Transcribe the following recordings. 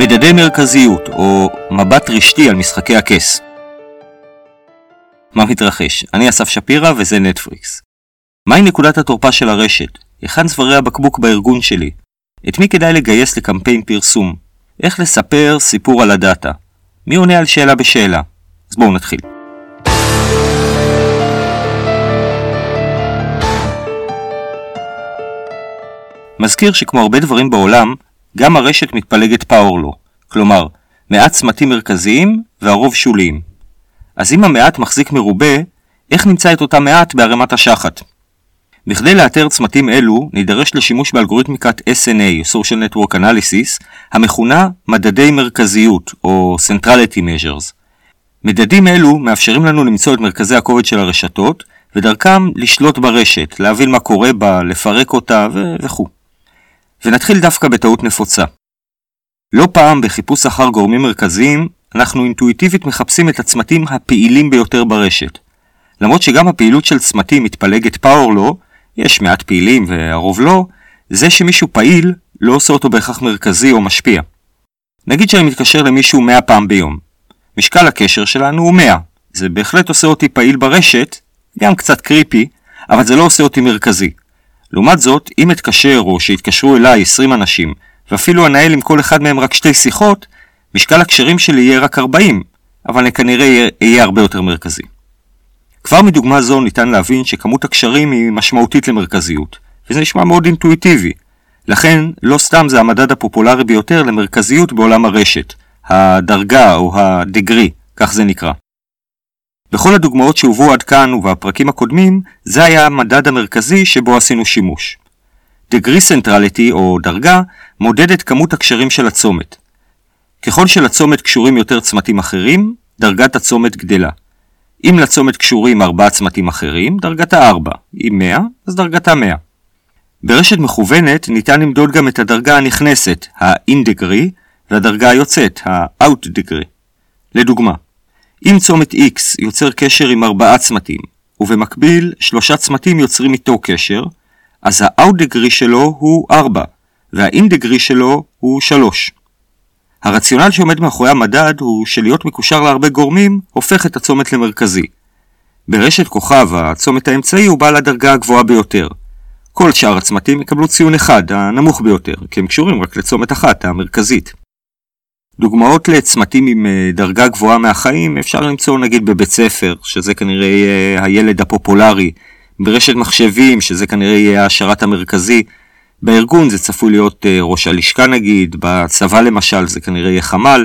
מדדי מרכזיות או מבט רשתי על משחקי הכס. מה מתרחש? אני אסף שפירא וזה נטפליקס. מהי נקודת התורפה של הרשת? היכן צווארי הבקבוק בארגון שלי? את מי כדאי לגייס לקמפיין פרסום? איך לספר סיפור על הדאטה? מי עונה על שאלה בשאלה? אז בואו נתחיל. מזכיר שכמו הרבה דברים בעולם, גם הרשת מתפלגת פאורלו, כלומר, מעט צמתים מרכזיים והרוב שוליים. אז אם המעט מחזיק מרובה, איך נמצא את אותה מעט בערימת השחת? בכדי לאתר צמתים אלו, נידרש לשימוש באלגוריתמיקת SNA, Social Network Analysis, המכונה מדדי מרכזיות, או Centrality Measures. מדדים אלו מאפשרים לנו למצוא את מרכזי הכובד של הרשתות, ודרכם לשלוט ברשת, להבין מה קורה בה, לפרק אותה וכו'. ונתחיל דווקא בטעות נפוצה. לא פעם בחיפוש אחר גורמים מרכזיים, אנחנו אינטואיטיבית מחפשים את הצמתים הפעילים ביותר ברשת. למרות שגם הפעילות של צמתים מתפלגת פאורלו, יש מעט פעילים והרוב לא, זה שמישהו פעיל לא עושה אותו בהכרח מרכזי או משפיע. נגיד שאני מתקשר למישהו 100 פעם ביום. משקל הקשר שלנו הוא 100. זה בהחלט עושה אותי פעיל ברשת, גם קצת קריפי, אבל זה לא עושה אותי מרכזי. לעומת זאת, אם אתקשר או שיתקשרו אליי 20 אנשים, ואפילו אנהל עם כל אחד מהם רק 2 שיחות, משקל הקשרים שלי יהיה רק 40, אבל כנראה יהיה הרבה יותר מרכזי. כבר מדוגמה זו ניתן להבין שכמות הקשרים היא משמעותית למרכזיות, וזה נשמע מאוד אינטואיטיבי. לכן, לא סתם זה המדד הפופולרי ביותר למרכזיות בעולם הרשת, הדרגה או הדגרי, כך זה נקרא. בכל הדוגמאות שהובאו עד כאן ובפרקים הקודמים, זה היה המדד המרכזי שבו עשינו שימוש. דגרי סנטרליטי או דרגה מודדת כמות הקשרים של הצומת. ככל שלצומת קשורים יותר צמתים אחרים, דרגת הצומת גדלה. אם לצומת קשורים 4 צמתים אחרים, דרגתה 4. אם 100, אז דרגתה 100. ברשת מכוונת ניתן למדוד גם את הדרגה הנכנסת, ה-in degree, והדרגה היוצאת, ה-out degree. לדוגמה, אם צומת X יוצר קשר עם 4 צמתים, ובמקביל 3 צמתים יוצרים איתו קשר, אז ה-out degree שלו הוא 4, וה-in degree שלו הוא 3. הרציונל שעומד מאחורי המדד הוא שלהיות מקושר להרבה גורמים הופך את הצומת למרכזי. ברשת כוכב, הצומת האמצעי הוא בעל הדרגה הגבוהה ביותר. כל שאר הצמתים יקבלו ציון 1, הנמוך ביותר, כי הם קשורים רק לצומת אחת, המרכזית. דוגמאות לצמתים עם דרגה גבוהה מהחיים אפשר למצוא נגיד בבית ספר, שזה כנראה יהיה הילד הפופולרי, ברשת מחשבים, שזה כנראה יהיה השרת המרכזי, בארגון זה צפוי להיות ראש הלשכה נגיד, בצבא למשל זה כנראה יהיה חמ"ל.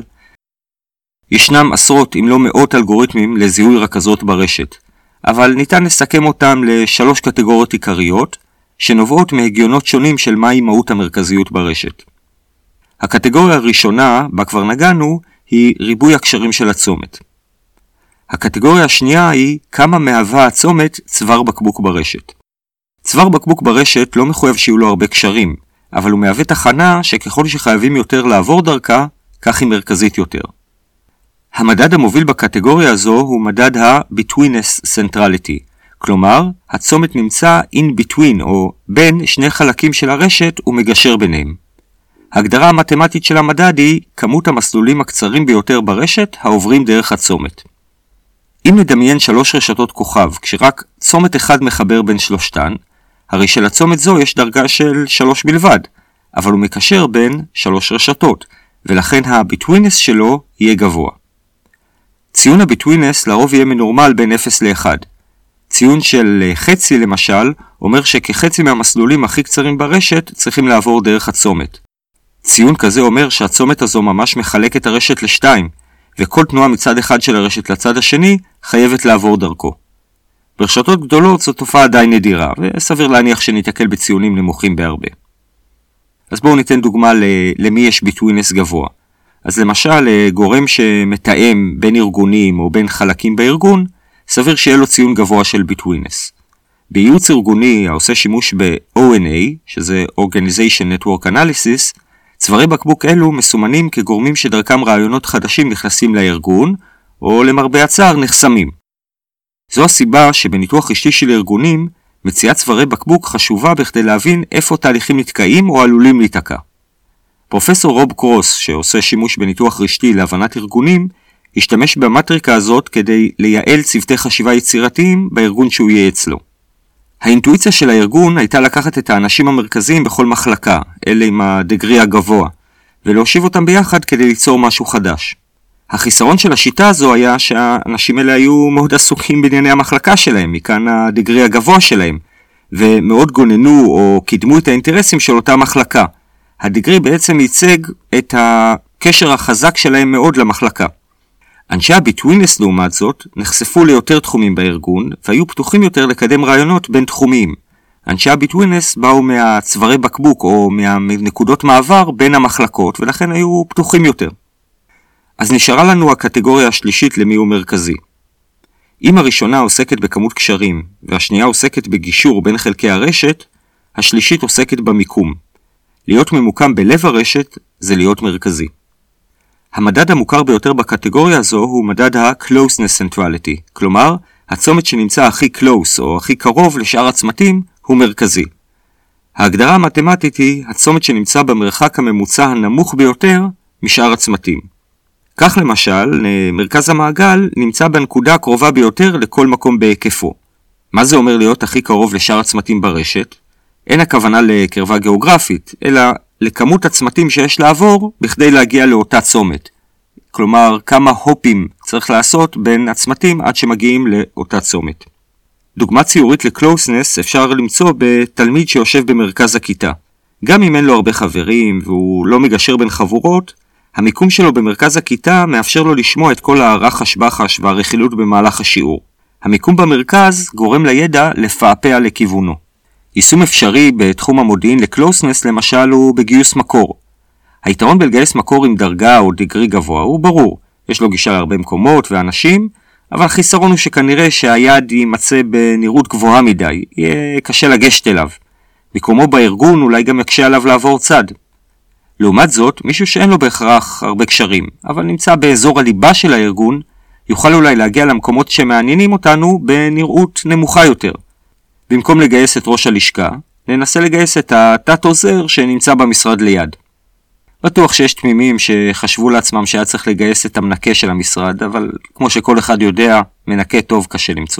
ישנם עשרות אם לא מאות אלגוריתמים לזיהוי רכזות ברשת, אבל ניתן לסכם אותם ל3 קטגוריות עיקריות, שנובעות מהגיונות שונים של מהי מהות המרכזיות ברשת. הקטגוריה הראשונה, בה כבר נגענו, היא ריבוי הקשרים של הצומת. הקטגוריה השנייה היא כמה מהווה הצומת צוואר בקבוק ברשת. צוואר בקבוק ברשת לא מחויב שיהיו לו הרבה קשרים, אבל הוא מהווה תחנה שככל שחייבים יותר לעבור דרכה, כך היא מרכזית יותר. המדד המוביל בקטגוריה הזו הוא מדד ה-Betweenness Centrality, כלומר, הצומת נמצא in between או בין 2 חלקים של הרשת ומגשר ביניהם. ההגדרה המתמטית של המדד היא כמות המסלולים הקצרים ביותר ברשת העוברים דרך הצומת. אם נדמיין 3 רשתות כוכב, כשרק צומת אחד מחבר בין שלושתן, הרי שלצומת זו יש דרגה של 3 בלבד, אבל הוא מקשר בין 3 רשתות, ולכן ה-Betweenness שלו יהיה גבוה. ציון ה-Betweenness לרוב יהיה מנורמל בין 0 ל-1. ציון של חצי למשל אומר שכחצי מהמסלולים הכי קצרים ברשת צריכים לעבור דרך הצומת. ציון כזה אומר שהצומת הזו ממש מחלק את הרשת ל2, וכל תנועה מצד אחד של הרשת לצד השני חייבת לעבור דרכו. ברשתות גדולות זו תופעה די נדירה, וסביר להניח שניתקל בציונים נמוכים בהרבה. אז בואו ניתן דוגמה למי יש Betweenness גבוה. אז למשל, גורם שמתאם בין ארגונים או בין חלקים בארגון, סביר שיהיה לו ציון גבוה של Betweenness. בייעוץ ארגוני העושה שימוש ב-ONA, שזה Organization Network Analysis, צווארי בקבוק אלו מסומנים כגורמים שדרכם רעיונות חדשים נכנסים לארגון, או למרבה הצער נחסמים. זו הסיבה שבניתוח רשתי של ארגונים, מציאת צווארי בקבוק חשובה בכדי להבין איפה תהליכים נתקעים או עלולים להיתקע. פרופסור רוב קרוס, שעושה שימוש בניתוח רשתי להבנת ארגונים, השתמש במטריקה הזאת כדי לייעל צוותי חשיבה יצירתיים בארגון שהוא יהיה אצלו. האינטואיציה של הארגון הייתה לקחת את האנשים המרכזיים בכל מחלקה, אלה עם הדגרי הגבוה, ולהושיב אותם ביחד כדי ליצור משהו חדש. החיסרון של השיטה הזו היה שהאנשים האלה היו מאוד עסוקים בענייני המחלקה שלהם, מכאן הדגרי הגבוה שלהם, ומאוד גוננו או קידמו את האינטרסים של אותה מחלקה. הדגרי בעצם ייצג את הקשר החזק שלהם מאוד למחלקה. אנשי הביטווינס לעומת זאת נחשפו ליותר תחומים בארגון והיו פתוחים יותר לקדם רעיונות בין תחומיים. אנשי הביטווינס באו מהצווארי בקבוק או מהנקודות מעבר בין המחלקות ולכן היו פתוחים יותר. אז נשארה לנו הקטגוריה השלישית למי הוא מרכזי. אם הראשונה עוסקת בכמות קשרים והשנייה עוסקת בגישור בין חלקי הרשת, השלישית עוסקת במיקום. להיות ממוקם בלב הרשת זה להיות מרכזי. המדד המוכר ביותר בקטגוריה הזו הוא מדד ה-closeness centrality, כלומר, הצומת שנמצא הכי close או הכי קרוב לשאר הצמתים הוא מרכזי. ההגדרה המתמטית היא הצומת שנמצא במרחק הממוצע הנמוך ביותר משאר הצמתים. כך למשל, מרכז המעגל נמצא בנקודה הקרובה ביותר לכל מקום בהיקפו. מה זה אומר להיות הכי קרוב לשאר הצמתים ברשת? אין הכוונה לקרבה גיאוגרפית, אלא לכמות הצמתים שיש לעבור בכדי להגיע לאותה צומת. כלומר, כמה הופים צריך לעשות בין הצמתים עד שמגיעים לאותה צומת. דוגמה ציורית לקלוסנס אפשר למצוא בתלמיד שיושב במרכז הכיתה. גם אם אין לו הרבה חברים והוא לא מגשר בין חבורות, המיקום שלו במרכז הכיתה מאפשר לו לשמוע את כל הרחש בחש והרכילות במהלך השיעור. המיקום במרכז גורם לידע לפעפע לכיוונו. יישום אפשרי בתחום המודיעין לקלוסנס למשל הוא בגיוס מקור. היתרון בלגייס מקור עם דרגה או דגרי גבוה הוא ברור. יש לו גישה להרבה מקומות ואנשים, אבל החיסרון הוא שכנראה שהיד יימצא בנראות גבוהה מדי, יהיה קשה לגשת אליו. מקומו בארגון אולי גם יקשה עליו לעבור צד. לעומת זאת, מישהו שאין לו בהכרח הרבה קשרים, אבל נמצא באזור הליבה של הארגון, יוכל אולי להגיע למקומות שמעניינים אותנו בנראות נמוכה יותר. במקום לגייס את ראש הלשכה, ננסה לגייס את התת עוזר שנמצא במשרד ליד. בטוח שיש תמימים שחשבו לעצמם שהיה צריך לגייס את המנקה של המשרד, אבל כמו שכל אחד יודע, מנקה טוב קשה למצוא.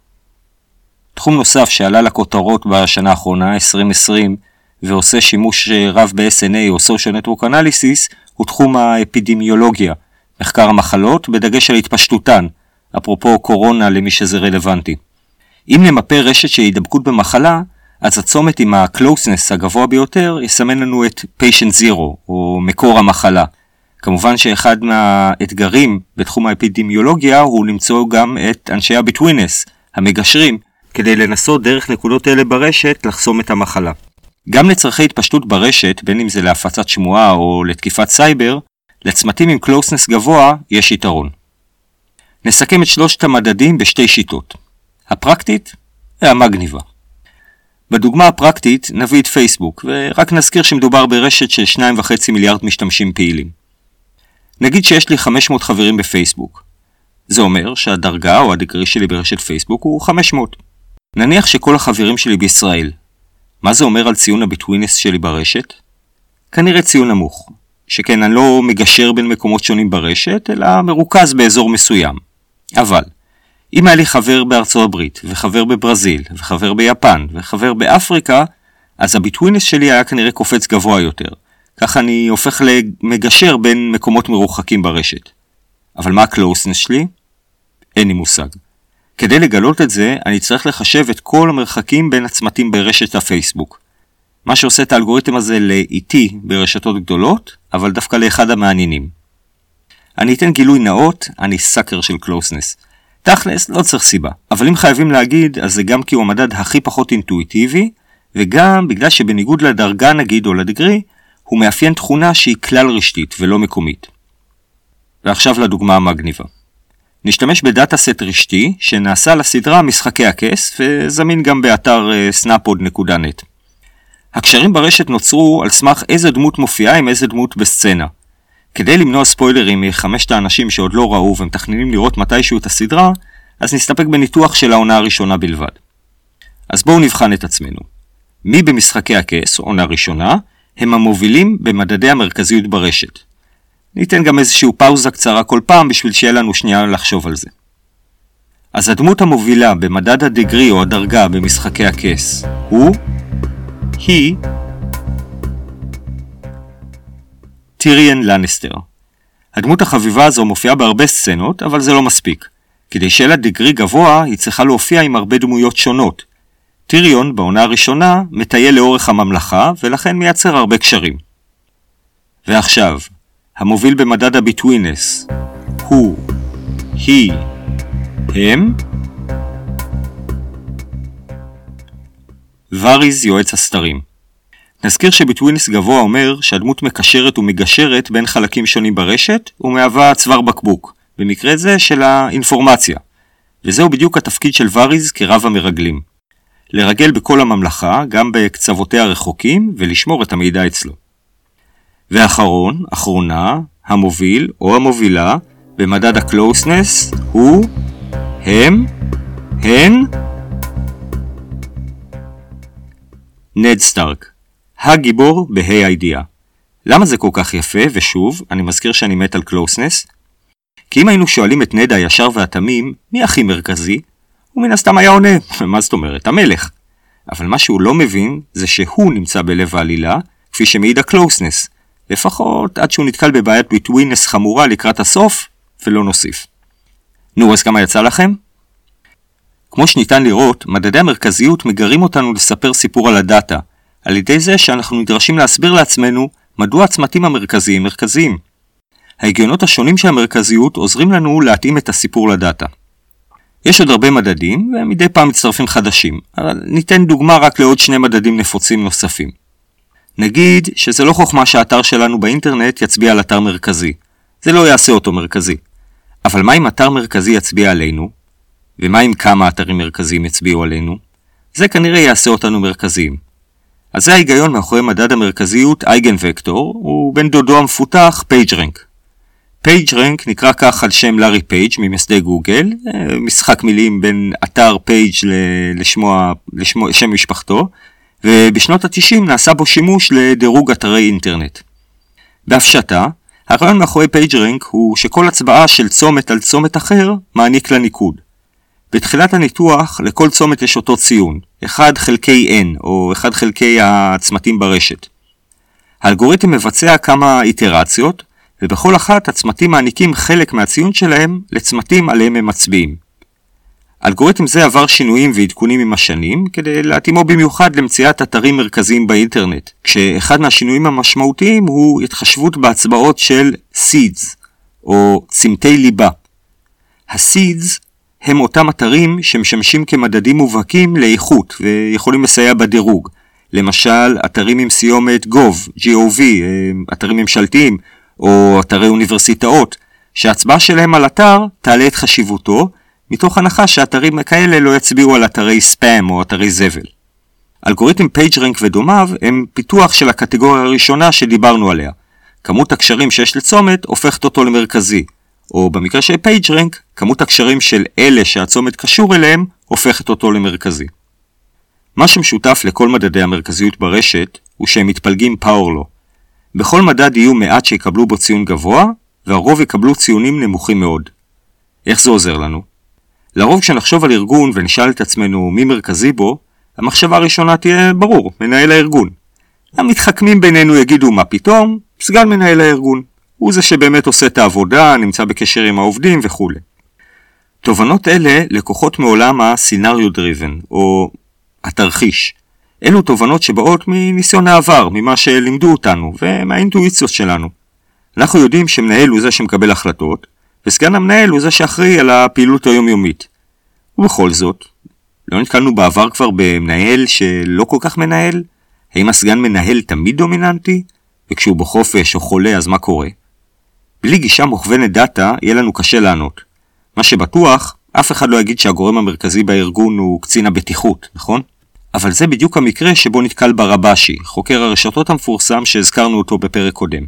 תחום נוסף שעלה לכותרות בשנה האחרונה, 2020, ועושה שימוש רב ב-SNA או Social Network Analysis, הוא תחום האפידמיולוגיה, מחקר המחלות בדגש על התפשטותן, אפרופו קורונה למי שזה רלוונטי. אם נמפה רשת של הידבקות במחלה, אז הצומת עם ה-closeness הגבוה ביותר יסמן לנו את patient zero, או מקור המחלה. כמובן שאחד מהאתגרים בתחום האפידמיולוגיה הוא למצוא גם את אנשי ה-betweenness, המגשרים, כדי לנסות דרך נקודות אלה ברשת לחסום את המחלה. גם לצרכי התפשטות ברשת, בין אם זה להפצת שמועה או לתקיפת סייבר, לצמתים עם closeness גבוה יש יתרון. נסכם את שלושת המדדים בשתי שיטות. הפרקטית והמגניבה. בדוגמה הפרקטית נביא את פייסבוק, ורק נזכיר שמדובר ברשת של 2.5 מיליארד משתמשים פעילים. נגיד שיש לי 500 חברים בפייסבוק. זה אומר שהדרגה או הדגרי שלי ברשת פייסבוק הוא 500. נניח שכל החברים שלי בישראל. מה זה אומר על ציון הביטווינס שלי ברשת? כנראה ציון נמוך. שכן אני לא מגשר בין מקומות שונים ברשת, אלא מרוכז באזור מסוים. אבל אם היה לי חבר בארצות הברית, וחבר בברזיל, וחבר ביפן, וחבר באפריקה, אז הביטווינס שלי היה כנראה קופץ גבוה יותר. כך אני הופך למגשר בין מקומות מרוחקים ברשת. אבל מה הקלוסנס שלי? אין לי מושג. כדי לגלות את זה, אני צריך לחשב את כל המרחקים בין הצמתים ברשת הפייסבוק. מה שעושה את האלגוריתם הזה לאיטי ברשתות גדולות, אבל דווקא לאחד המעניינים. אני אתן גילוי נאות, אני סאקר של קלוסנס. תכלס, לא צריך סיבה. אבל אם חייבים להגיד, אז זה גם כי הוא המדד הכי פחות אינטואיטיבי, וגם בגלל שבניגוד לדרגה נגיד או לדגרי, הוא מאפיין תכונה שהיא כלל רשתית ולא מקומית. ועכשיו לדוגמה המגניבה. נשתמש בדאטה-סט רשתי שנעשה לסדרה משחקי הכס, וזמין גם באתר snapod.net. הקשרים ברשת נוצרו על סמך איזה דמות מופיעה עם איזה דמות בסצנה. כדי למנוע ספוילרים מחמשת האנשים שעוד לא ראו ומתכננים לראות מתישהו את הסדרה, אז נסתפק בניתוח של העונה הראשונה בלבד. אז בואו נבחן את עצמנו. מי במשחקי הכס, עונה ראשונה, הם המובילים במדדי המרכזיות ברשת. ניתן גם איזשהו פאוזה קצרה כל פעם בשביל שיהיה לנו שנייה לחשוב על זה. אז הדמות המובילה במדד הדגרי או הדרגה במשחקי הכס היא טיריאן לנסטר. הדמות החביבה הזו מופיעה בהרבה סצנות, אבל זה לא מספיק. כדי שיהיה לה דגרי גבוה, היא צריכה להופיע עם הרבה דמויות שונות. טיריון בעונה הראשונה מטייל לאורך הממלכה, ולכן מייצר הרבה קשרים. ועכשיו, המוביל במדד הביטווינס היא, הם, וריז יועץ הסתרים. נזכיר שביטווינס גבוה אומר שהדמות מקשרת ומגשרת בין חלקים שונים ברשת ומהווה צוואר בקבוק, במקרה זה של האינפורמציה. וזהו בדיוק התפקיד של וריז כרב המרגלים. לרגל בכל הממלכה, גם בקצוותיה הרחוקים, ולשמור את המידע אצלו. ואחרון, אחרונה, המוביל או המובילה במדד הקלוסנס הם, הן, נד סטארק, הגיבור בה"א הידיעה. למה זה כל כך יפה? ושוב, אני מזכיר שאני מת על קלוסנס. כי אם היינו שואלים את נד הישר והתמים, מי הכי מרכזי? הוא מן הסתם היה עונה, מה זאת אומרת? המלך. אבל מה שהוא לא מבין זה שהוא נמצא בלב העלילה, כפי שמעיד הקלוסנס. לפחות עד שהוא נתקל בבעיית ביטווינס חמורה לקראת הסוף, ולא נוסיף. נו, אז כמה יצא לכם? כמו שניתן לראות, מדדי המרכזיות מגרים אותנו לספר סיפור על הדאטה, על ידי זה שאנחנו נדרשים להסביר לעצמנו מדוע הצמתים המרכזיים מרכזיים. ההגיונות השונים של המרכזיות עוזרים לנו להתאים את הסיפור לדאטה. יש עוד הרבה מדדים, ומדי פעם מצטרפים חדשים, אבל ניתן דוגמה רק לעוד 2 מדדים נפוצים נוספים. נגיד שזה לא חוכמה שהאתר שלנו באינטרנט יצביע על אתר מרכזי. זה לא יעשה אותו מרכזי. אבל מה אם אתר מרכזי יצביע עלינו? ומה אם כמה אתרים מרכזיים יצביעו עלינו? זה כנראה יעשה אותנו מרכזיים. אז זה ההיגיון מאחורי מדד המרכזיות אייגנווקטור, הוא בן דודו המפותח PageRank. PageRank נקרא כך על שם לארי פייג' ממייסדי גוגל, משחק מילים בין אתר פייג' לשם משפחתו, ובשנות ה-90 נעשה בו שימוש לדירוג אתרי אינטרנט. בהפשטה, הרעיון מאחורי PageRank הוא שכל הצבעה של צומת על צומת אחר מעניק לה ניקוד. בתחילת הניתוח לכל צומת יש אותו ציון, 1 חלקי n או 1 חלקי הצמתים ברשת. האלגוריתם מבצע כמה איטרציות, ובכל אחת הצמתים מעניקים חלק מהציון שלהם לצמתים עליהם הם מצביעים. אלגוריתם זה עבר שינויים ועדכונים עם השנים, כדי להתאימו במיוחד למציאת אתרים מרכזיים באינטרנט, כשאחד מהשינויים המשמעותיים הוא התחשבות בהצבעות של seeds, או צמתי ליבה. ה-seeds הם אותם אתרים שמשמשים כמדדים מובהקים לאיכות, ויכולים לסייע בדירוג. למשל, אתרים עם סיומת gov, אתרים ממשלתיים, או אתרי אוניברסיטאות, שההצבעה שלהם על אתר תעלה את חשיבותו, מתוך הנחה שאתרים כאלה לא יצביעו על אתרי ספאם או אתרי זבל. אלגוריתם PageRank ודומיו הם פיתוח של הקטגוריה הראשונה שדיברנו עליה. כמות הקשרים שיש לצומת הופכת אותו למרכזי, או במקרה של PageRank, כמות הקשרים של אלה שהצומת קשור אליהם הופכת אותו למרכזי. מה שמשותף לכל מדדי המרכזיות ברשת הוא שהם מתפלגים פאורלו. בכל מדד יהיו מעט שיקבלו בו ציון גבוה, והרוב יקבלו ציונים נמוכים מאוד. איך זה עוזר לנו? לרוב כשנחשוב על ארגון ונשאל את עצמנו מי מרכזי בו, המחשבה הראשונה תהיה ברור, מנהל הארגון. המתחכמים בינינו יגידו מה פתאום, סגן מנהל הארגון. הוא זה שבאמת עושה את העבודה, נמצא בקשר עם העובדים וכו'. תובנות אלה לקוחות מעולם הסינריו דריבן, או התרחיש. אלו תובנות שבאות מניסיון העבר, ממה שלימדו אותנו, ומהאינטואיציות שלנו. אנחנו יודעים שמנהל הוא זה שמקבל החלטות, וסגן המנהל הוא זה שאחראי על הפעילות היומיומית. ובכל זאת, לא נתקלנו בעבר כבר במנהל שלא כל כך מנהל? האם הסגן מנהל תמיד דומיננטי? וכשהוא בחופש או חולה אז מה קורה? בלי גישה מוכוונת דאטה יהיה לנו קשה לענות. מה שבטוח, אף אחד לא יגיד שהגורם המרכזי בארגון הוא קצין הבטיחות, נכון? אבל זה בדיוק המקרה שבו נתקל ברבשי, חוקר הרשתות המפורסם שהזכרנו אותו בפרק קודם.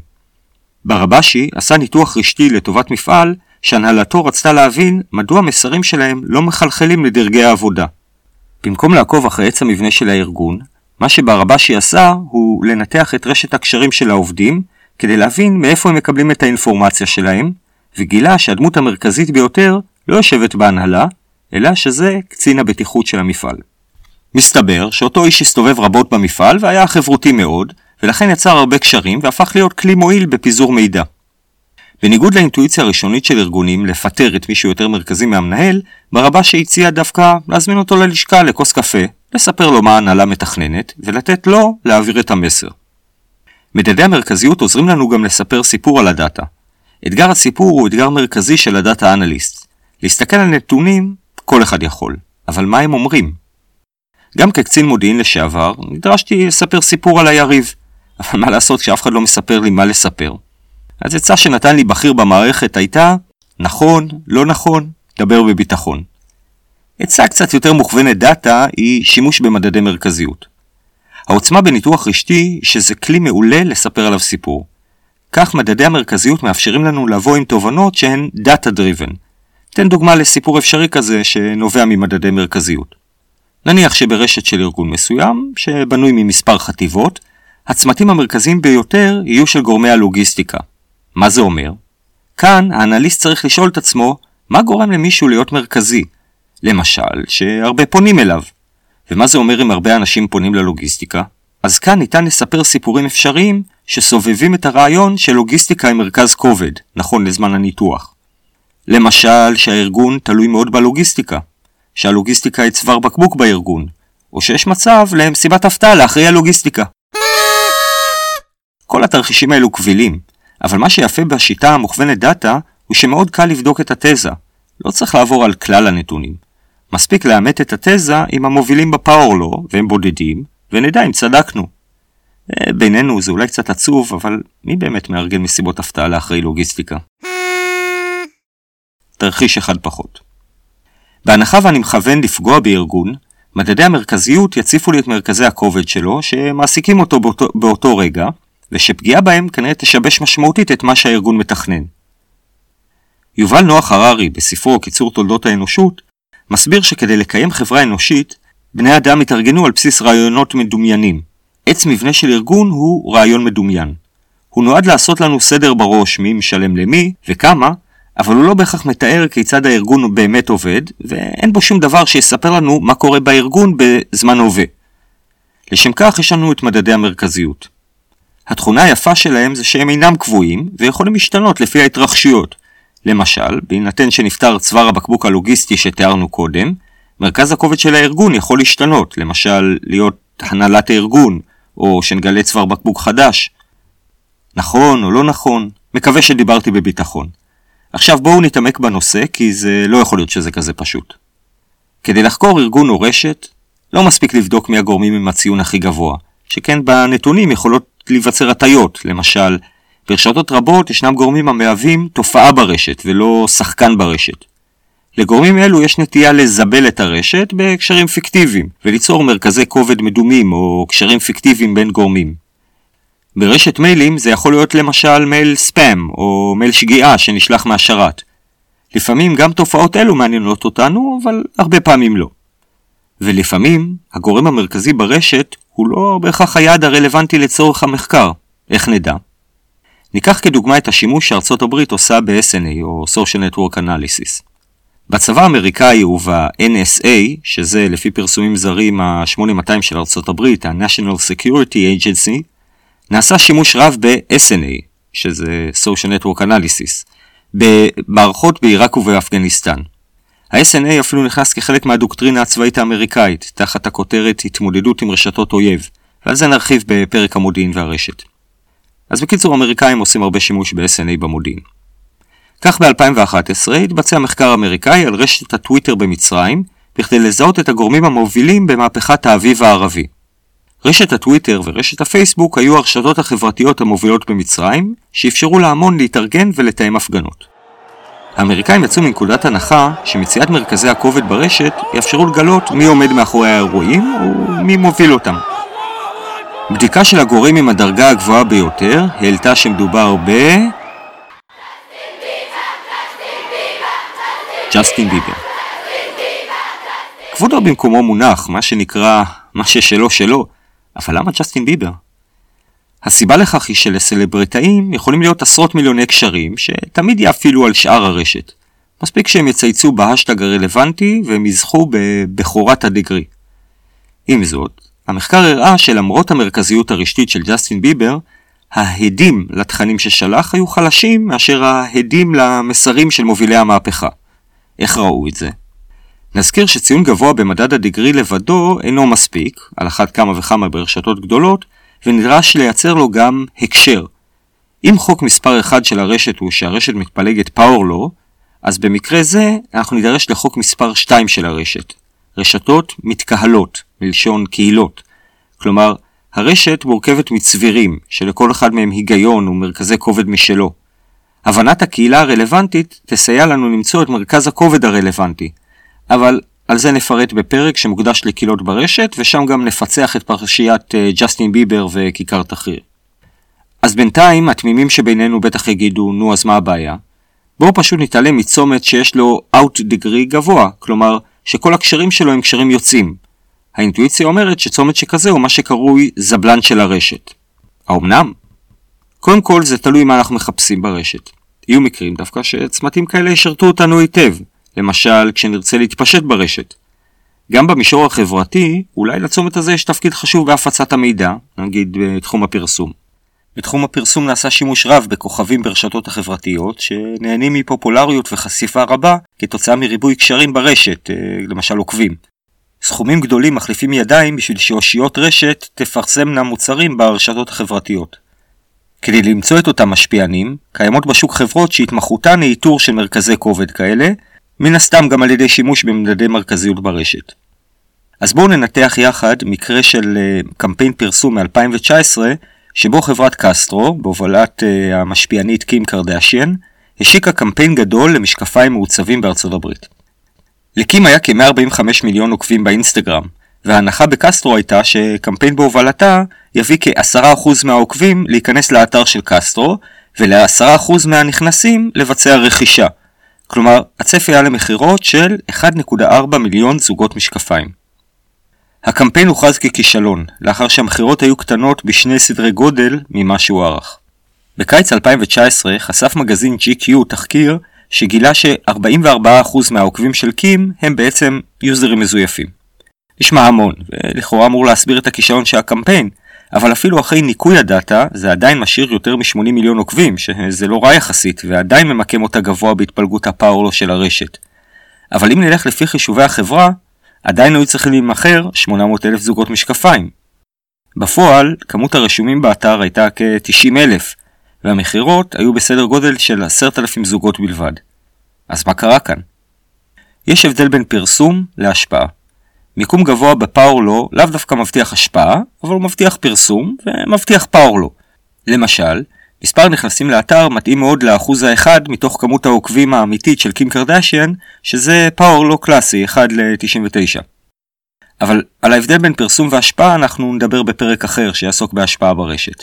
ברבשי עשה ניתוח רשתי לטובת מפעל שהנהלתו רצתה להבין מדוע המסרים שלהם לא מחלחלים לדרגי העבודה. במקום לעקוב אחרי עץ המבנה של הארגון, מה שברבשי עשה הוא לנתח את רשת הקשרים של העובדים כדי להבין מאיפה הם מקבלים את האינפורמציה שלהם, וגילה שהדמות המרכזית ביותר לא יושבת בהנהלה, אלא שזה קצין הבטיחות של המפעל. מסתבר שאותו איש הסתובב רבות במפעל והיה חברותי מאוד, ולכן יצר הרבה קשרים והפך להיות כלי מועיל בפיזור מידע. בניגוד לאינטואיציה הראשונית של ארגונים לפטר את מישהו יותר מרכזי מהמנהל, ברבשי הציע דווקא להזמין אותו ללשכה לכוס קפה, לספר לו מה ההנהלה מתכננת, ולתת לו להעביר את המסר. מדדי המרכזיות עוזרים לנו גם לספר סיפור על הדאטה. אתגר הסיפור הוא אתגר מרכזי של הדאטה אנליסט. להסתכל על נתונים, כל אחד יכול. אבל מה הם אומרים? גם כקצין מודיעין לשעבר, נדרשתי לספר סיפור על היריב. אבל מה לעשות כשאף אחד לא מספר לי מה לספר? אז עצה שנתן לי בכיר במערכת הייתה, נכון, לא נכון, דבר בביטחון. עצה קצת יותר מוכוונת דאטה היא שימוש במדדי מרכזיות. העוצמה בניתוח רשתי שזה כלי מעולה לספר עליו סיפור. כך מדדי המרכזיות מאפשרים לנו לבוא עם תובנות שהן דאטה דריבן. תן דוגמה לסיפור אפשרי כזה שנובע ממדדי מרכזיות. נניח שברשת של ארגון מסוים, שבנוי ממספר חטיבות, הצמתים המרכזיים ביותר יהיו של גורמי הלוגיסטיקה. מה זה אומר? כאן האנליסט צריך לשאול את עצמו, מה גורם למישהו להיות מרכזי? למשל, שהרבה פונים אליו. ומה זה אומר אם הרבה אנשים פונים ללוגיסטיקה? אז כאן ניתן לספר סיפורים אפשריים שסובבים את הרעיון של לוגיסטיקה עם מרכז כובד, נכון לזמן הניתוח. למשל, שהארגון תלוי מאוד בלוגיסטיקה, שהלוגיסטיקה היא צוואר בקבוק בארגון, או שיש מצב למסיבת הפתעה לאחרי הלוגיסטיקה. כל התרחישים האלו קבילים, אבל מה שיפה בשיטה המוכוונת דאטה הוא שמאוד קל לבדוק את התזה. לא צריך לעבור על כלל הנתונים. מספיק לאמת את התזה עם המובילים בפאורלו, והם בודדים, ונדע אם צדקנו. בינינו זה אולי קצת עצוב, אבל מי באמת מארגן מסיבות הפתעה לאחרי לוגיסטיקה? תרחיש אחד פחות. בהנחה ואני מכוון לפגוע בארגון, מדדי המרכזיות יציפו לי את מרכזי הכובד שלו, שמעסיקים אותו באותו רגע, ושפגיעה בהם כנראה תשבש משמעותית את מה שהארגון מתכנן. יובל נוח הררי, בספרו קיצור תולדות האנושות, מסביר שכדי לקיים חברה אנושית, בני אדם התארגנו על בסיס רעיונות מדומיינים. עץ מבנה של ארגון הוא רעיון מדומיין. הוא נועד לעשות לנו סדר בראש מי משלם למי וכמה, אבל הוא לא בהכרח מתאר כיצד הארגון באמת עובד, ואין בו שום דבר שיספר לנו מה קורה בארגון בזמן הווה. לשם כך יש לנו את מדדי המרכזיות. התכונה היפה שלהם זה שהם אינם קבועים, ויכולים להשתנות לפי ההתרחשויות. למשל, בהינתן שנפטר צוואר הבקבוק הלוגיסטי שתיארנו קודם, מרכז הכובד של הארגון יכול להשתנות, למשל להיות הנהלת הארגון, או שנגלה צוואר בקבוק חדש. נכון או לא נכון, מקווה שדיברתי בביטחון. עכשיו בואו נתעמק בנושא, כי זה לא יכול להיות שזה כזה פשוט. כדי לחקור ארגון או רשת, לא מספיק לבדוק מי הגורמים עם הציון הכי גבוה, שכן בנתונים יכולות להיווצר הטיות, למשל, ברשתות רבות ישנם גורמים המהווים תופעה ברשת ולא שחקן ברשת. לגורמים אלו יש נטייה לזבל את הרשת בקשרים פיקטיביים וליצור מרכזי כובד מדומים או קשרים פיקטיביים בין גורמים. ברשת מיילים זה יכול להיות למשל מייל ספאם או מייל שגיאה שנשלח מהשרת. לפעמים גם תופעות אלו מעניינות אותנו, אבל הרבה פעמים לא. ולפעמים הגורם המרכזי ברשת הוא לא בהכרח היעד הרלוונטי לצורך המחקר. איך נדע? ניקח כדוגמה את השימוש שארצות הברית עושה ב-SNA או Social Network Analysis. בצבא האמריקאי וב-NSA, שזה לפי פרסומים זרים ה-8200 של ארצות הברית, ה-National Security Agency, נעשה שימוש רב ב-SNA, שזה Social Network Analysis, במערכות בעיראק ובאפגניסטן. ה-SNA אפילו נכנס כחלק מהדוקטרינה הצבאית האמריקאית, תחת הכותרת התמודדות עם רשתות אויב, ועל זה נרחיב בפרק המודיעין והרשת. אז בקיצור, האמריקאים עושים הרבה שימוש ב-SNA במודיעין. כך ב-2011 התבצע מחקר אמריקאי על רשת הטוויטר במצרים, בכדי לזהות את הגורמים המובילים במהפכת האביב הערבי. רשת הטוויטר ורשת הפייסבוק היו הרשתות החברתיות המובילות במצרים, שאפשרו להמון להתארגן ולתאם הפגנות. האמריקאים יצאו מנקודת הנחה שמציאת מרכזי הכובד ברשת יאפשרו לגלות מי עומד מאחורי האירועים ומי מוביל אותם. בדיקה של הגורם עם הדרגה הגבוהה ביותר העלתה שמדובר ג'סטין ביבר. כבודו במקומו מונח, מה שנקרא, מה ששלו שלו, אבל למה ג'סטין ביבר? הסיבה לכך היא שלסלבריטאים יכולים להיות עשרות מיליוני קשרים שתמיד יאפילו על שאר הרשת. מספיק שהם יצייצו בהשטג הרלוונטי והם יזכו בבחורת הדגרי. עם זאת, המחקר הראה שלמרות המרכזיות הרשתית של ג'סטין ביבר, ההדים לתכנים ששלח היו חלשים מאשר ההדים למסרים של מובילי המהפכה. איך ראו את זה? נזכיר שציון גבוה במדד הדגרי לבדו אינו מספיק, על אחת כמה וכמה ברשתות גדולות, ונדרש לייצר לו גם הקשר. אם חוק מספר 1 של הרשת הוא שהרשת מתפלגת פאורלו, אז במקרה זה אנחנו נידרש לחוק מספר 2 של הרשת. רשתות מתקהלות, מלשון קהילות. כלומר, הרשת מורכבת מצבירים, שלכל אחד מהם היגיון ומרכזי כובד משלו. הבנת הקהילה הרלוונטית תסייע לנו למצוא את מרכז הכובד הרלוונטי. אבל על זה נפרט בפרק שמוקדש לקהילות ברשת, ושם גם נפצח את פרשיית ג'סטין ביבר וכיכר תחריר. אז בינתיים, התמימים שבינינו בטח יגידו, נו אז מה הבעיה? בואו פשוט נתעלם מצומת שיש לו out degree גבוה, כלומר שכל הקשרים שלו הם קשרים יוצאים. האינטואיציה אומרת שצומת שכזה הוא מה שקרוי זבלן של הרשת. האומנם? קודם כל זה תלוי מה אנחנו מחפשים ברשת. יהיו מקרים דווקא שצמתים כאלה ישרתו אותנו היטב, למשל כשנרצה להתפשט ברשת. גם במישור החברתי, אולי לצומת הזה יש תפקיד חשוב בהפצת המידע, נגיד בתחום הפרסום. בתחום הפרסום נעשה שימוש רב בכוכבים ברשתות החברתיות שנהנים מפופולריות וחשיפה רבה כתוצאה מריבוי קשרים ברשת, למשל עוקבים. סכומים גדולים מחליפים ידיים בשביל שאושיות רשת תפרסמנה מוצרים ברשתות החברתיות. כדי למצוא את אותם משפיענים, קיימות בשוק חברות שהתמחותן היא איתור של מרכזי כובד כאלה, מן הסתם גם על ידי שימוש במדדי מרכזיות ברשת. אז בואו ננתח יחד מקרה של קמפיין פרסום מ-2019, שבו חברת קסטרו, בהובלת המשפיענית קים קרדשיאן, השיקה קמפיין גדול למשקפיים מעוצבים בארצות הברית. לקים היה כ-145 מיליון עוקבים באינסטגרם, וההנחה בקסטרו הייתה שקמפיין בהובלתה יביא כ-10% מהעוקבים להיכנס לאתר של קסטרו, ול-10% מהנכנסים לבצע רכישה. כלומר, הצפי היה למחירות של 1.4 מיליון זוגות משקפיים. הקמפיין הוכרז ככישלון, לאחר שהמחירות היו קטנות בשני סדרי גודל ממה שהוא ערך. בקיץ 2019 חשף מגזין GQ תחקיר שגילה ש-44% מהעוקבים של קים הם בעצם יוזרים מזויפים. נשמע המון, ולכאורה אמור להסביר את הכישלון של הקמפיין, אבל אפילו אחרי ניקוי הדאטה זה עדיין משאיר יותר מ-80 מיליון עוקבים, שזה לא רע יחסית, ועדיין ממקם אותה גבוה בהתפלגות הפאורלו של הרשת. אבל אם נלך לפי חישובי החברה, עדיין היו צריכים להימכר 800,000 זוגות משקפיים. בפועל, כמות הרשומים באתר הייתה כ-90,000, והמחירות היו בסדר גודל של 10,000 זוגות בלבד. אז מה קרה כאן? יש הבדל בין פרסום להשפעה. מיקום גבוה בפאורלו לאו דווקא מבטיח השפעה, אבל הוא מבטיח פרסום ומבטיח פאורלו. למשל, מספר נכנסים לאתר מתאים מאוד לאחוז האחד מתוך כמות העוקבים האמיתית של קים קרדשיאן, שזה פאורלו קלאסי, 1 ל-99. אבל על ההבדל בין פרסום והשפעה אנחנו נדבר בפרק אחר שיעסוק בהשפעה ברשת.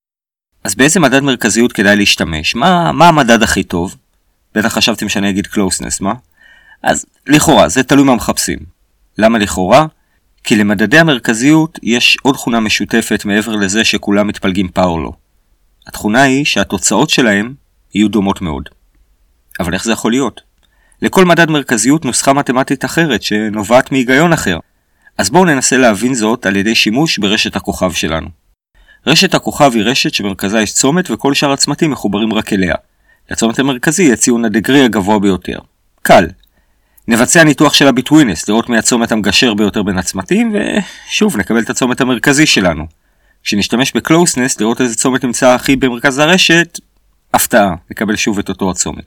אז באיזה מדד מרכזיות כדאי להשתמש? מה המדד הכי טוב? בטח חשבתם שאני אגיד closeness, מה? אז לכאורה, זה תלוי מה מחפשים. למה לכאורה? כי למדדי המרכזיות יש עוד תכונה משותפת מעבר לזה שכולם מתפלגים פאורלו. התכונה היא שהתוצאות שלהם יהיו דומות מאוד. אבל איך זה יכול להיות? לכל מדד מרכזיות נוסחה מתמטית אחרת שנובעת מהיגיון אחר. אז בואו ננסה להבין זאת על ידי שימוש ברשת הכוכב שלנו. רשת הכוכב היא רשת שמרכזה יש צומת וכל שאר הצמתים מחוברים רק אליה. לצומת המרכזי יהיה ציון הדגרי הגבוה ביותר. קל. נבצע ניתוח של הביטווינס, לראות מי הצומת המגשר ביותר בין הצמתים, ושוב נקבל את הצומת המרכזי שלנו. כשנשתמש בקלוסנס, לראות איזה צומת נמצא הכי במרכז הרשת, הפתעה, נקבל שוב את אותו הצומת.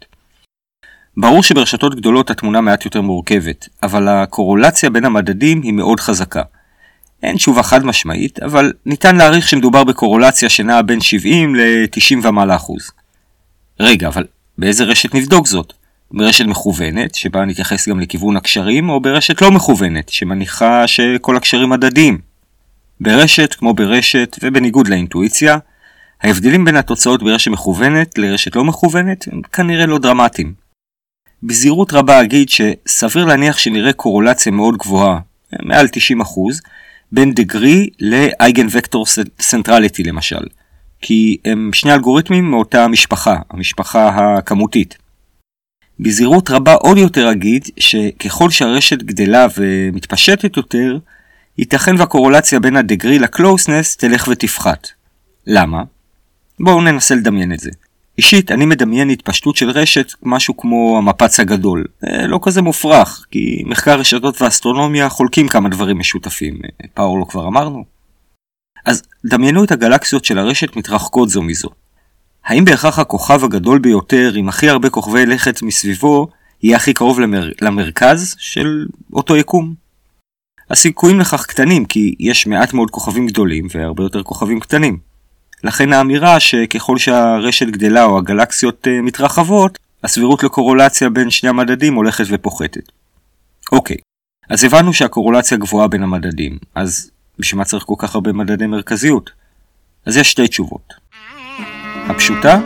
ברור שברשתות גדולות התמונה מעט יותר מורכבת, אבל הקורולציה בין המדדים היא מאוד חזקה. אין תשובה חד משמעית, אבל ניתן להעריך שמדובר בקורולציה שנעה בין 70 ל-90 ומעלה אחוז. רגע, אבל באיזה רשת נבדוק זאת? ברשת מכוונת, שבה נתייחס גם לכיוון הקשרים, או ברשת לא מכוונת, שמניחה שכל הקשרים מדדים. ברשת, כמו ברשת, ובניגוד לאינטואיציה, ההבדלים בין התוצאות ברשת מכוונת לרשת לא מכוונת הם כנראה לא דרמטיים. בזהירות רבה אגיד שסביר להניח שנראה קורולציה מאוד גבוהה, מעל 90%, בין degree ל-Eigenvector centrality למשל, כי הם שני אלגוריתמים מאותה המשפחה הכמותית. בזהירות רבה עוד יותר אגיד שככל שהרשת גדלה ומתפשטת יותר, ייתכן והקורולציה בין ה-degree ל-closeness תלך ותפחת. למה? בואו ננסה לדמיין את זה. אישית, אני מדמיין התפשטות של רשת משהו כמו המפץ הגדול. לא כזה מופרך, כי מחקר רשתות ואסטרונומיה חולקים כמה דברים משותפים. פאורלו כבר אמרנו. אז דמיינו את הגלקסיות של הרשת מתרחקות זו מזו. האם בהכרח הכוכב הגדול ביותר עם הכי הרבה כוכבי לכת מסביבו יהיה הכי קרוב למרכז של אותו יקום? הסיכויים לכך קטנים, כי יש מעט מאוד כוכבים גדולים והרבה יותר כוכבים קטנים. לכן האמירה שככל שהרשת גדלה או הגלקסיות מתרחבות, הסבירות לקורולציה בין שני המדדים הולכת ופוחתת. אוקיי, אז הבנו שהקורולציה גבוהה בין המדדים, אז בשביל מה צריך כל כך הרבה מדדי מרכזיות? אז יש שתי תשובות. הפשוטה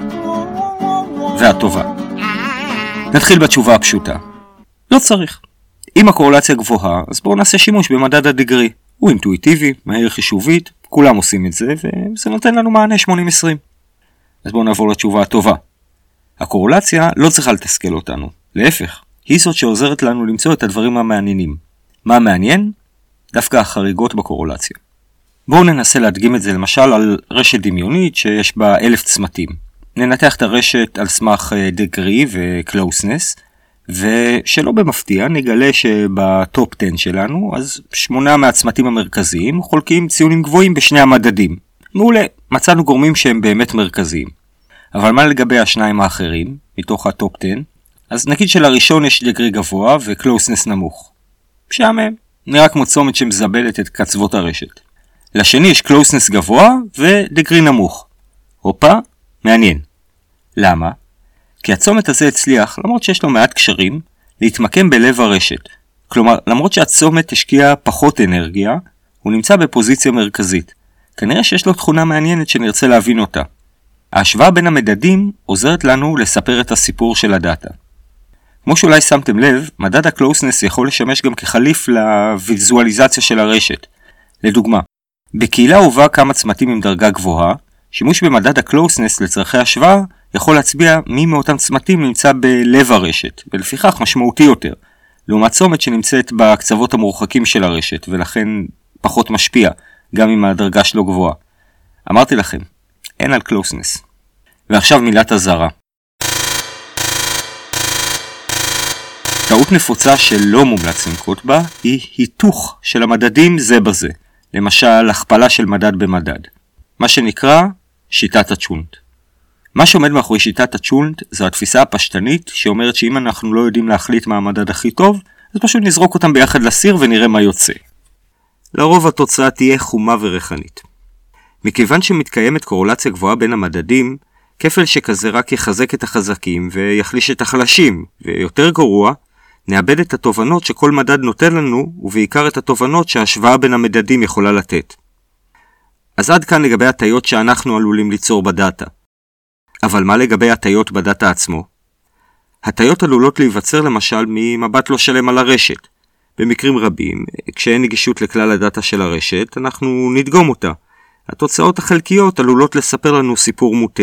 והטובה. נתחיל בתשובה הפשוטה. לא צריך. אם הקורולציה גבוהה, אז בואו נעשה שימוש במדד הדגרי. הוא אינטואיטיבי, מהיר חישובית, כולם עושים את זה, וזה נותן לנו מענה 80-20. אז בואו נעבור לתשובה הטובה. הקורולציה לא צריכה לתסכל אותנו. להפך, היא זאת שעוזרת לנו למצוא את הדברים המעניינים. מה מעניין? דווקא החריגות בקורולציה. בואו ננסה להדגים את זה למשל על רשת דמיונית שיש בה 1000 צמתים. ננתח את הרשת על סמך degree ו-closeness, ושלא במפתיע נגלה שבטופ 10 שלנו, אז 8 מהצמתים המרכזיים חולקים ציונים גבוהים בשני המדדים. מעולה, מצאנו גורמים שהם באמת מרכזיים. אבל מה לגבי השניים האחרים, מתוך הטופ 10? אז נגיד שלראשון יש degree גבוה ו-closeness נמוך. משעמם, נראה כמו צומת שמזבלת את קצוות הרשת. לשני יש closeness גבוה ו-degree נמוך. הופה, מעניין. למה? כי הצומת הזה הצליח, למרות שיש לו מעט קשרים, להתמקם בלב הרשת. כלומר, למרות שהצומת השקיע פחות אנרגיה, הוא נמצא בפוזיציה מרכזית. כנראה שיש לו תכונה מעניינת שנרצה להבין אותה. ההשוואה בין המדדים עוזרת לנו לספר את הסיפור של הדאטה. כמו שאולי שמתם לב, מדד ה-closeness יכול לשמש גם כחליף לוויזואליזציה של הרשת. לדוגמה, בקהילה הובא כמה צמתים עם דרגה גבוהה, שימוש במדד ה-closeness לצרכי השוואה יכול להצביע מי מאותם צמתים נמצא בלב הרשת, ולפיכך משמעותי יותר, לעומת צומת שנמצאת בקצוות המורחקים של הרשת, ולכן פחות משפיע, גם אם הדרגה שלו גבוהה. אמרתי לכם, אין על closeness. ועכשיו מילת הזרה. טעות נפוצה שלא מומלץ לנקוט בה היא היתוך של המדדים זה בזה, למשל הכפלה של מדד במדד, מה שנקרא שיטת הצ'ולנט. מה שעומד מאחורי שיטת הצ'ולנט זו התפיסה הפשטנית שאומרת שאם אנחנו לא יודעים להחליט מה המדד הכי טוב, אז פשוט נזרוק אותם ביחד לסיר ונראה מה יוצא. לרוב התוצאה תהיה חומה ורחנית. מכיוון שמתקיימת קורולציה גבוהה בין המדדים, כפל שכזה רק יחזק את החזקים ויחליש את החלשים, ויותר גרוע, נאבד את התובנות שכל מדד נותן לנו, ובעיקר את התובנות שההשוואה בין המדדים יכולה לתת. אז עד כאן לגבי הטיות שאנחנו עלולים ליצור בדאטה. אבל מה לגבי הטיות בדאטה עצמו? הטיות עלולות להיווצר למשל ממבט לא שלם על הרשת. במקרים רבים, כשאין נגישות לכלל הדאטה של הרשת, אנחנו נדגום אותה. התוצאות החלקיות עלולות לספר לנו סיפור מוטה.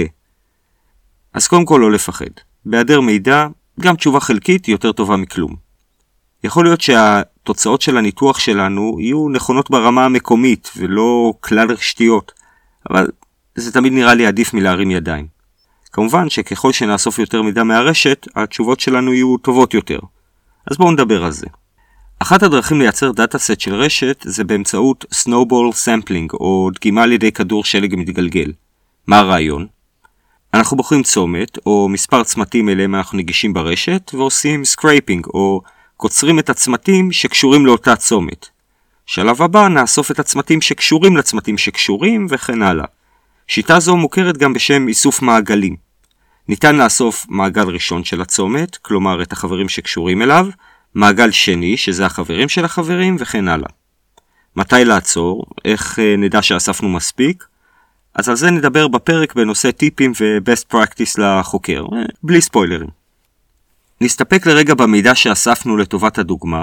אז קודם כל לא לפחד. בהיעדר מידע, גם תשובה חלקית יותר טובה מכלום. יכול להיות שהתוצאות של הניתוח שלנו יהיו נכונות ברמה המקומית ולא כלל רשתיות, אבל זה תמיד נראה לי עדיף מלהרים ידיים. כמובן שככל שנאסוף יותר מידע מהרשת, התשובות שלנו יהיו טובות יותר. אז בואו נדבר על זה. אחת הדרכים לייצר דאטה-סט של רשת זה באמצעות snowball sampling או דגימה על ידי כדור שלג מתגלגל. מה הרעיון? אנחנו בוחרים צומת או מספר צמתים אליהם אנחנו נגישים ברשת ועושים scraping או קוצרים את הצמתים שקשורים לאותה צומת. שלב הבא נאסוף את הצמתים שקשורים לצמתים שקשורים וכן הלאה. שיטה זו מוכרת גם בשם איסוף מעגלים. ניתן לאסוף מעגל ראשון של הצומת, כלומר את החברים שקשורים אליו, מעגל שני שזה החברים של החברים וכן הלאה. מתי לעצור? איך נדע שאספנו מספיק? אז על זה נדבר בפרק בנושא טיפים ו-best practice לחוקר, בלי ספוילרים. נסתפק לרגע במידע שאספנו לטובת הדוגמה,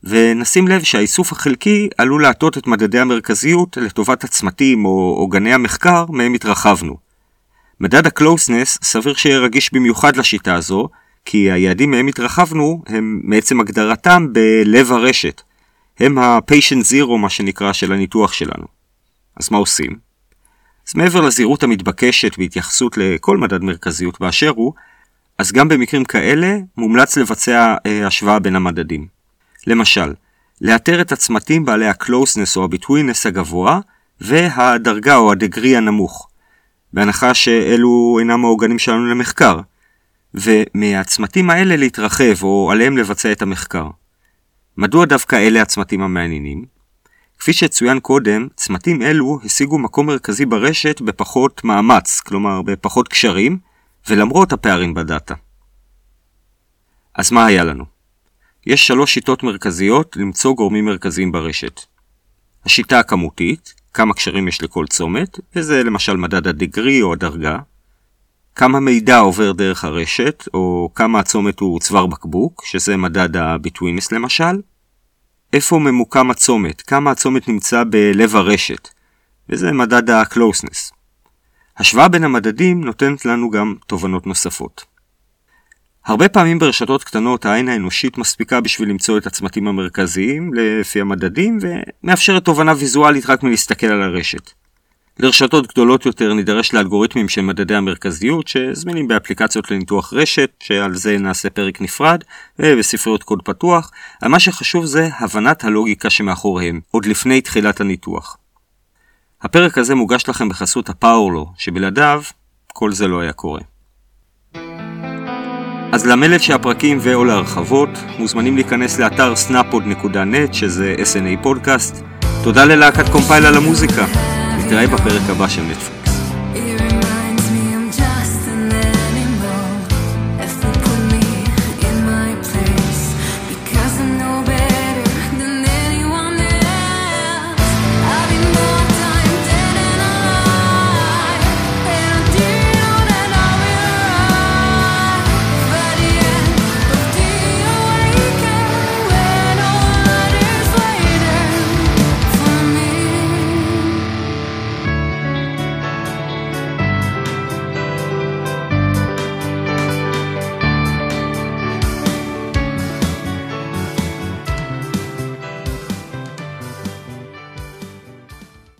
ונשים לב שהאיסוף החלקי עלול להטות את מדדי המרכזיות לטובת הצמתים או גני המחקר מהם התרחבנו. מדד ה-closeness סביר שיהיה רגיש במיוחד לשיטה הזו, כי היעדים מהם התרחבנו הם מעצם הגדרתם בלב הרשת. הם ה-patient zero מה שנקרא של הניתוח שלנו. אז מה עושים? אז מעבר לזהירות המתבקשת בהתייחסות לכל מדד מרכזיות באשר הוא, אז גם במקרים כאלה מומלץ לבצע השוואה בין המדדים. למשל, לאתר את הצמתים בעלי ה-closeness או ה-betweenness הגבוה והדרגה או הדגרי הנמוך, בהנחה שאלו אינם העוגנים שלנו למחקר, ומהצמתים האלה להתרחב או עליהם לבצע את המחקר. מדוע דווקא אלה הצמתים המעניינים? כפי שצוין קודם, צמתים אלו השיגו מקום מרכזי ברשת בפחות מאמץ, כלומר בפחות קשרים, ולמרות הפערים בדאטה. אז מה היה לנו? יש 3 שיטות מרכזיות למצוא גורמים מרכזיים ברשת. השיטה הכמותית, כמה קשרים יש לכל צומת, וזה למשל מדד הדגרי או הדרגה. כמה מידע עובר דרך הרשת, או כמה הצומת הוא צוואר בקבוק, שזה מדד ה-betweenness למשל. איפה ממוקם הצומת, כמה הצומת נמצא בלב הרשת, וזה מדד ה-closeness. השוואה בין המדדים נותנת לנו גם תובנות נוספות. הרבה פעמים ברשתות קטנות העין האנושית מספיקה בשביל למצוא את הצמתים המרכזיים לפי המדדים, ומאפשרת תובנה ויזואלית רק מלהסתכל על הרשת. לרשתות גדולות יותר נידרש לאלגוריתמים של מדדי המרכזיות שזמינים באפליקציות לניתוח רשת, שעל זה נעשה פרק נפרד, ובספריות קוד פתוח. מה שחשוב זה הבנת הלוגיקה שמאחוריהם, עוד לפני תחילת הניתוח. הפרק הזה מוגש לכם בחסות הפאורלו, שבלעדיו כל זה לא היה קורה. אז למלט שהפרקים ואו להרחבות, מוזמנים להיכנס לאתר snapod.net, שזה SNA פודקאסט. תודה ללהקת קומפייל על המוזיקה. נתראה בפרק הבא של נטפליקס.